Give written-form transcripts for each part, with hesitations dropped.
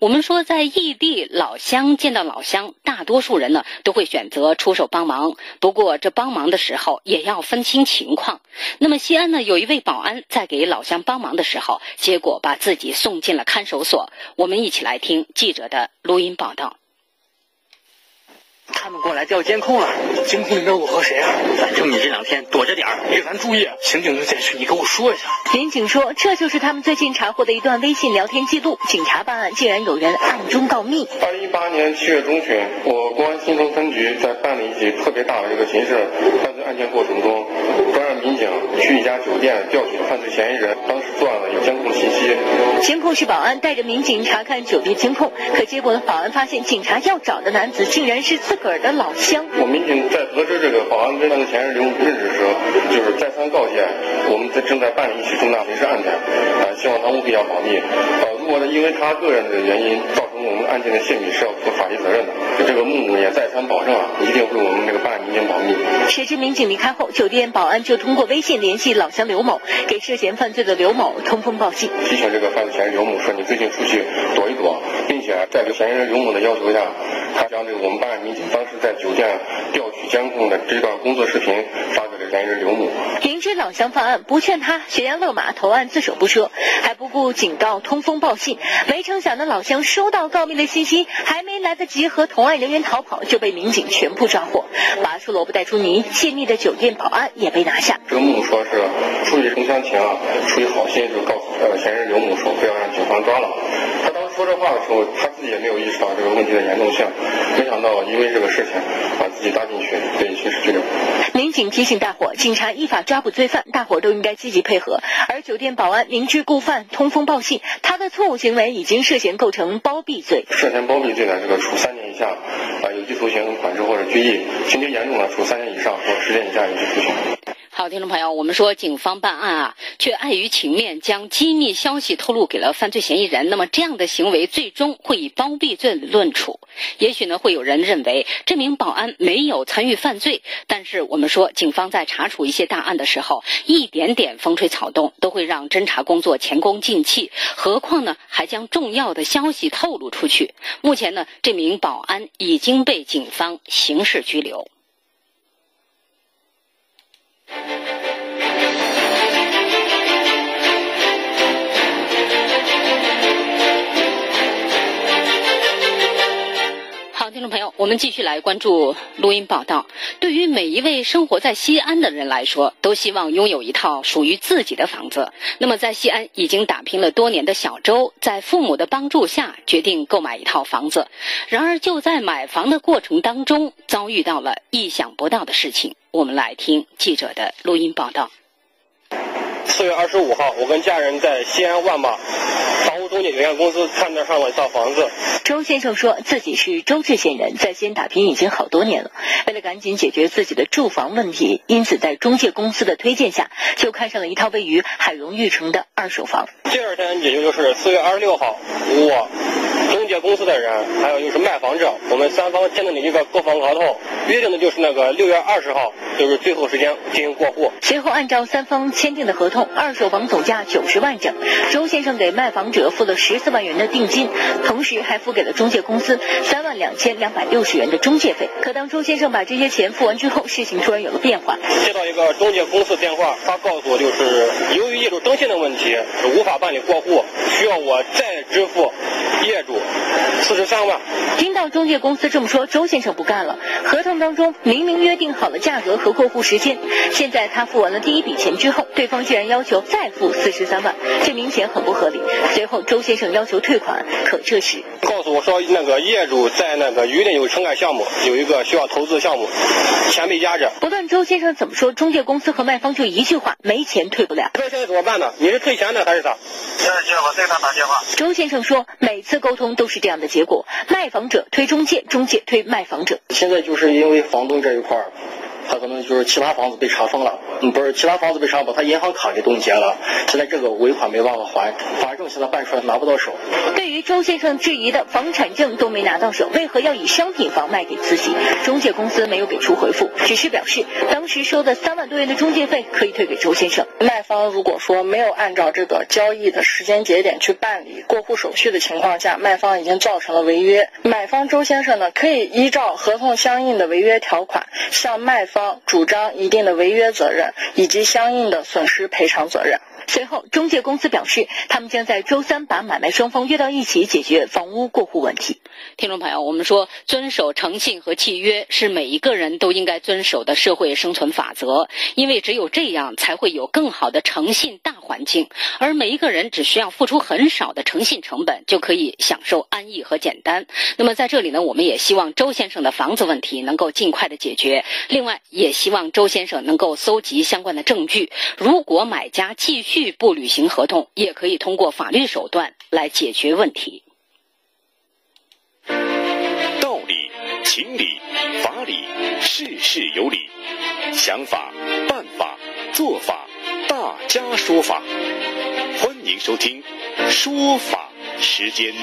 我们说在异地老乡见到老乡，大多数人呢都会选择出手帮忙，不过这帮忙的时候也要分清情况。那么西安呢有一位保安在给老乡帮忙的时候，结果把自己送进了看守所。我们一起来听记者的录音报道。 他们过来调监控了，监控里面我和谁啊？ 反正你这2天躲着点儿， 别咱注意。刑警就监视，你跟我说一下。 民警说，这就是他们最近查获的一段微信聊天记录。警察办案，竟然有人暗中告密。 2018年7月中旬，我公安新城分局在办理一起特别大的这个刑事犯罪案件过程中，专案民警去一家酒店调取犯罪嫌疑人，当时作案了有监控信息。 监控室保安带着民警查看酒店监控，可结果保安发现，警察要找的男子竟然是自个儿的老乡。 我民警在得知这个保安跟犯罪嫌疑人认识时，就是再三告诫我们正在办理一起重大刑事案件，希望他务必要保密。如果因为他个人的原因造成我们案件的泄密，是要负法律责任的。这个木也再三保证一定为我们这个办案民警保密。 谁知民警离开后，酒店保安就通过微信联系老乡刘某，给涉嫌犯罪的刘某通风报信， 提醒这个犯罪嫌疑人刘某说你最近出去躲一躲，并且在嫌疑人刘某的要求下，他将这个我们办案民警当时在酒店调取监控的这段工作视频发给了嫌疑人刘某。 明知老乡犯案，不劝他悬崖勒马投案自首不说，还不顾警告通风报信。没成想的老乡收到告密的信息，还没来得及和同案人员逃跑，就被民警全部抓获。拔出萝卜带出泥，泄密的酒店保安也被拿下。 这个木说是出于同乡情出于好心，就告诉嫌疑人刘某说不要让警方抓了。他当时说这话的时候，他自己也没有意识到这个问题的严重性，没想到因为这个事情把自己搭进去，被刑事拘留。 民警提醒大伙，警察依法抓捕罪犯，大伙都应该积极配合。而酒店保安明知故犯，通风报信，他的错误行为已经涉嫌构成包庇罪。 涉嫌包庇罪呢，这个处3年以下有期徒刑、管制或者拘役；情节严重了，处3年以上或10年以下有期徒刑。 好，听众朋友，我们说警方办案却碍于情面，将机密消息透露给了犯罪嫌疑人。那么这样的行为最终会以包庇罪论处。也许呢，会有人认为这名保安没有参与犯罪，但是我们说警方在查处一些大案的时候，一点点风吹草动都会让侦查工作前功尽弃，何况呢还将重要的消息透露出去。目前呢，这名保安已经被警方刑事拘留。好，听众朋友，我们继续来关注录音报道。对于每一位生活在西安的人来说，都希望拥有一套属于自己的房子。那么在西安已经打拼了多年的小周，在父母的帮助下决定购买一套房子。然而就在买房的过程当中，遭遇到了意想不到的事情。我们来听记者的录音报道。 4月25号，我跟家人在西安万马房屋中介有限公司看上了一套房子。 周先生说自己是周至县人，在西安打拼已经好多年了，为了赶紧解决自己的住房问题，因此在中介公司的推荐下，就看上了一套位于海荣玉城的2手房。 第二天，也就是4月26号，我中介公司的人还有就是卖房者，我们3方签订了一个购房合同，约定的就是那个6月20号，就是最后时间进行过户。 随后按照3方签订的合同，2手房总价90万整，周先生给卖房者付了14万元的定金，同时还付给了中介公司32260元的中介费。可当周先生把这些钱付完之后，事情突然有了变化。 接到一个中介公司电话，他告诉我，就是由于业主征信的问题，无法办理过户，需要我再支付业主43万。 听到中介公司这么说，周先生不干了。合同当中明明约定好了价格和过户时间，现在他付完了第一笔钱之后，对方竟然要求再付43万，这明显很不合理。随后周先生要求退款，可这时告诉我说，那个业主在那个榆林有城改项目，有一个需要投资项目，钱被压着。 不论周先生怎么说，中介公司和卖方就一句话，没钱退不了。 说现在怎么办呢？你是退钱呢还是咋？ 现在我对他打电话。 周先生说，每次沟通都是这样的结果，卖房者推中介，中介推卖房者。 现在就是因为房东这一块他可能就是其他房子被查封了， 不是其他房子被上报，他银行卡给冻结了，现在这个尾款没办法还，房产证现在办出来拿不到手。 对于周先生质疑的房产证都没拿到手，为何要以商品房卖给慈禧？中介公司没有给出回复，只是表示当时收的3万多元的中介费可以退给周先生。 卖方如果说没有按照这个交易的时间节点去办理过户手续的情况下，卖方已经造成了违约。买方周先生呢，可以依照合同相应的违约条款向卖方主张一定的违约责任以及相应的损失赔偿责任。 随后，中介公司表示，他们将在周3把买卖双方约到一起解决房屋过户问题。 听众朋友，我们说遵守诚信和契约是每一个人都应该遵守的社会生存法则，因为只有这样才会有更好的诚信大环境，而每一个人只需要付出很少的诚信成本就可以享受安逸和简单。那么在这里呢，我们也希望周先生的房子问题能够尽快的解决，另外也希望周先生能够搜集相关的证据，如果买家继续不履行合同，也可以通过法律手段来解决问题。 道理、情理、法理，事事有理，想法、办法、做法，大家说法。欢迎收听说法时间。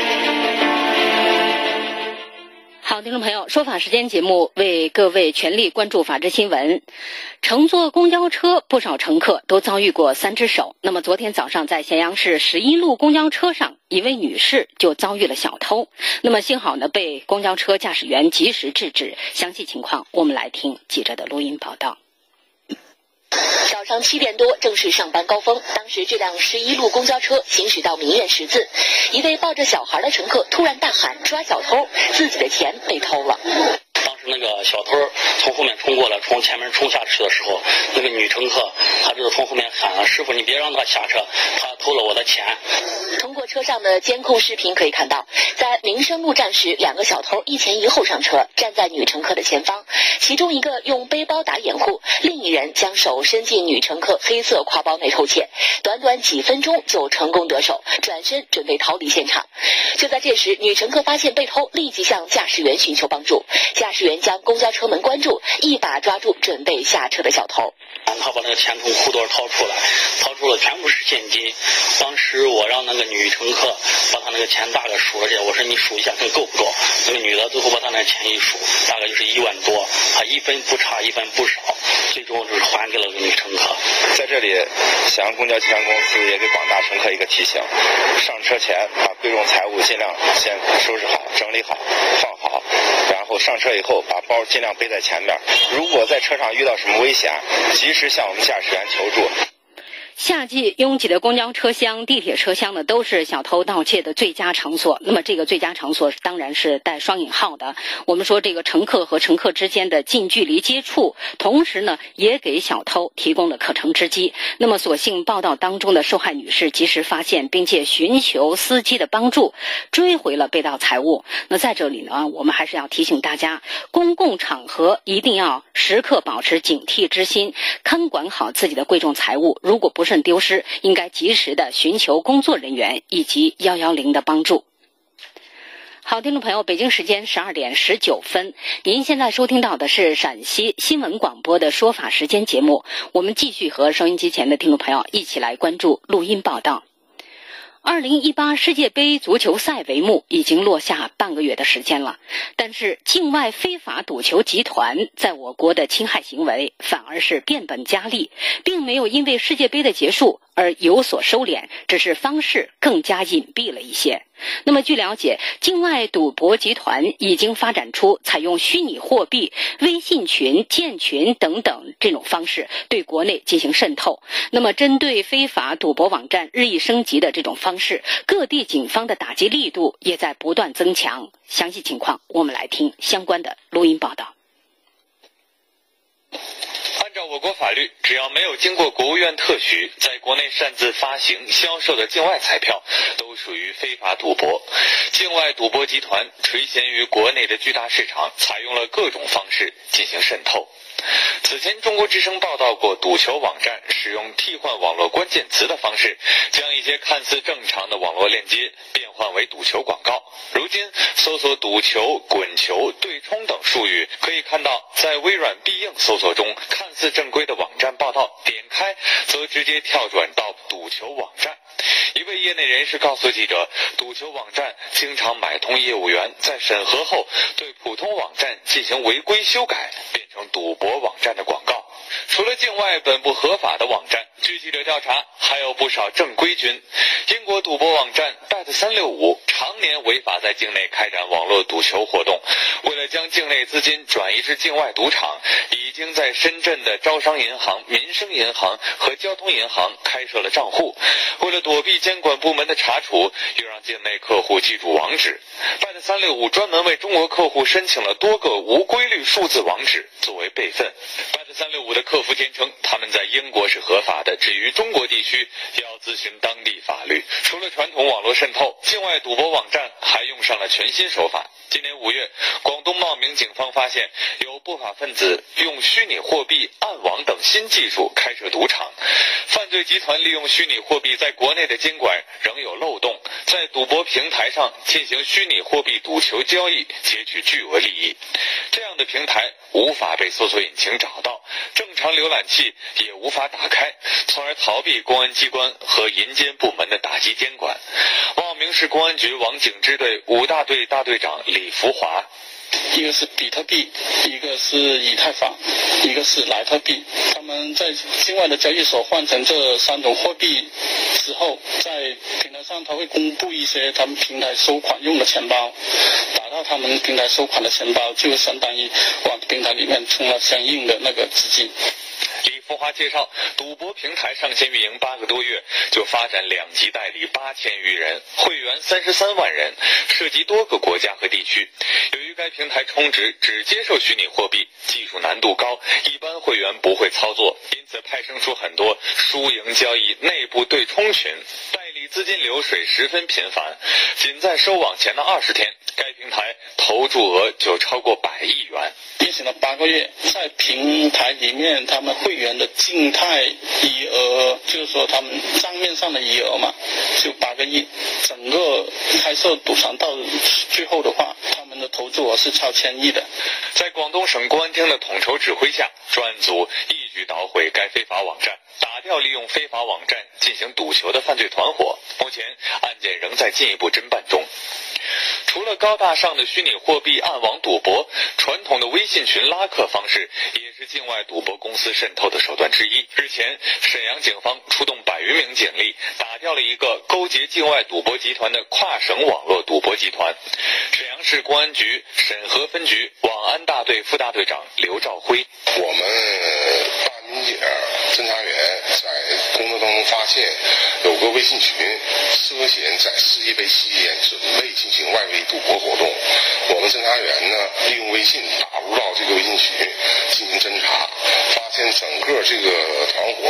好，听众朋友，说法时间节目为各位全力关注法治新闻。乘坐公交车，不少乘客都遭遇过3只手。那么昨天早上在咸阳市11路公交车上，一位女士就遭遇了小偷。那么幸好呢，被公交车驾驶员及时制止。详细情况我们来听记者的录音报道。 早上7点多，正是上班高峰。当时这辆11路公交车行驶到明苑十字，一位抱着小孩的乘客突然大喊抓小偷，自己的钱被偷了。 当时那个小偷从后面冲过来，从前面冲下车的时候，那个女乘客她就是从后面喊了：“师傅，你别让他下车，他偷了我的钱。” 通过车上的监控视频可以看到，在民生路站时，2个小偷一前一后上车，站在女乘客的前方，其中一个用背包打掩护，另一人将手伸进女乘客黑色挎包内偷窃，短短几分钟就成功得手，转身准备逃离现场。就在这时，女乘客发现被偷，立即向驾驶员寻求帮助。驾驶员将公交车门关住，一把抓住准备下车的小偷。 他把那个钱从裤兜掏出来，掏出了全部是现金。当时我让那个女乘客把他那个钱大概数了下，我说你数一下看够不够。那个女的最后把他那个钱一数，大概就是1万多，她1分不差1分不少，最终就是还给了女乘客。 在这里，咸阳公交集团公司也给广大乘客一个提醒：上车前把贵重财物尽量先收拾好、整理好、放好，然后上车以后把包尽量背在前面。如果在车上遇到什么危险，及时向我们驾驶员求助。 夏季拥挤的公交车厢、地铁车厢呢，都是小偷盗窃的最佳场所。那么这个最佳场所当然是带双引号的。我们说这个乘客和乘客之间的近距离接触，同时呢也给小偷提供了可乘之机。那么所幸报道当中的受害女士及时发现，并且寻求司机的帮助，追回了被盗财物。那在这里呢，我们还是要提醒大家，公共场合一定要时刻保持警惕之心，看管好自己的贵重财物。如果不慎丢失，应该及时的寻求工作人员以及110的帮助。好，听众朋友，北京时间12点19分，您现在收听到的是陕西新闻广播的说法时间节目。我们继续和收音机前的听众朋友一起来关注录音报道。2018世界杯足球赛帷幕已经落下半个月的时间了，但是境外非法赌球集团在我国的侵害行为反而是变本加厉，并没有因为世界杯的结束而有所收敛，只是方式更加隐蔽了一些。那么据了解，境外赌博集团已经发展出采用虚拟货币、微信群、建群等等这种方式对国内进行渗透。那么针对非法赌博网站日益升级的这种方式，各地警方的打击力度也在不断增强。详细情况我们来听相关的录音报道。 按照我国法律，只要没有经过国务院特许，在国内擅自发行、销售的境外彩票都属于非法赌博。境外赌博集团垂涎于国内的巨大市场，采用了各种方式进行渗透。此前中国之声报道过，赌球网站使用替换网络关键词的方式，将一些看似正常的网络链接变换为赌球广告。如今搜索赌球、滚球、对冲等术语，可以看到在微软必应搜索中看似似正规的网站报道，点开则直接跳转到赌球网站。一位业内人士告诉记者，赌球网站经常买通业务员，在审核后对普通网站进行违规修改，变成赌博网站的广告。除了境外本不合法的网站，据记者调查，还有不少正规军。英国赌博网站 Bet365 常年违法在境内开展网络赌球活动，为了将境内资金转移至境外赌场，已经在深圳的招商银行、民生银行和交通银行开设了账户。为了躲避监管部门的查处，又让境内客户记住网址。Bet365 专门为中国客户申请了多个无规律数字网址作为备份。Bet365 的客服坚称，他们在英国是合法的，至于中国地区要咨询当地法律。除了传统网络渗透，境外赌博网站还用上了全新手法。今年5月，广东茂名警方发现有不法分子用虚拟货币、暗网等新技术开设赌场。犯罪集团利用虚拟货币在国内的监管仍有漏洞，在赌博平台上进行虚拟货币赌球交易，截取巨额利益。这样的平台无法被搜索引擎找到，正常浏览器也无法打开，从而逃避公安机关和银监部门的打击监管。茂名市公安局网警支队5大队大队长李福华， 一个是比特币，一个是以太坊，一个是莱特币。他们在境外的交易所换成这3种货币之后，在平台上他会公布一些他们平台收款用的钱包，打到他们平台收款的钱包，就相当于往平台里面充了相应的那个资金。 李福华介绍，赌博平台上线运营8个多月，就发展2级代理8000余人，会员33万人，涉及多个国家和地区。由于该平台充值只接受虚拟货币，技术难度高，一般会员不会操作，因此派生出很多输赢交易内部对冲群，代理资金流水十分频繁。仅在收网前的20天，该平台投注额就超过100亿元。 运行了8个月，在平台里面他们会员的静态余额，就是说他们账面上的余额嘛，就8个亿。整个开设赌场到最后的话，他们的投注额是超1000亿的。 在广东省公安厅的统筹指挥下，专案组一举捣毁该非法网站，打掉利用非法网站进行赌球的犯罪团伙。目前案件仍在进一步侦办中。除了高大上的虚拟货币暗网赌博，传统的微信群拉客方式也是境外赌博公司渗透的手段之一。日前，沈阳警方出动100余名警力，打掉了一个勾结境外赌博集团的跨省网络赌博集团。沈阳市公安局沈河分局网安大队副大队长刘兆辉， 我们办案民警、侦查员在工作当中发现有个微信群涉嫌在世界杯期间准备进行外围赌博活动，我们侦查员呢利用微信打入到这个微信群进行侦查，发现整个这个团伙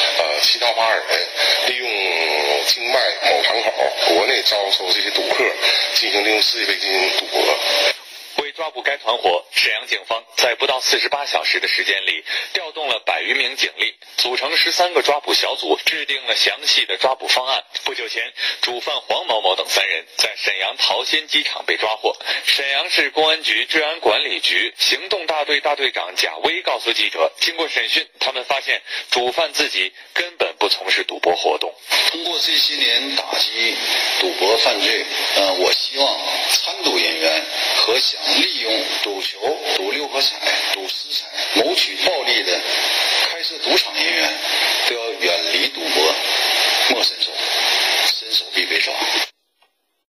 7到8人利用境外某盘口国内招收这些赌客进行利用世界杯进行赌博。 为抓捕该团伙，沈阳警方在不到48小时的时间里，调动了100余名警力，组成13个抓捕小组，制定了详细的抓捕方案。不久前，主犯黄某某等3人在沈阳桃仙机场被抓获。沈阳市公安局治安管理局行动大队大队长贾威告诉记者，经过审讯，他们发现主犯自己根本不从事赌博活动。 通过这些年打击赌博犯罪，我希望参赌人员和想利用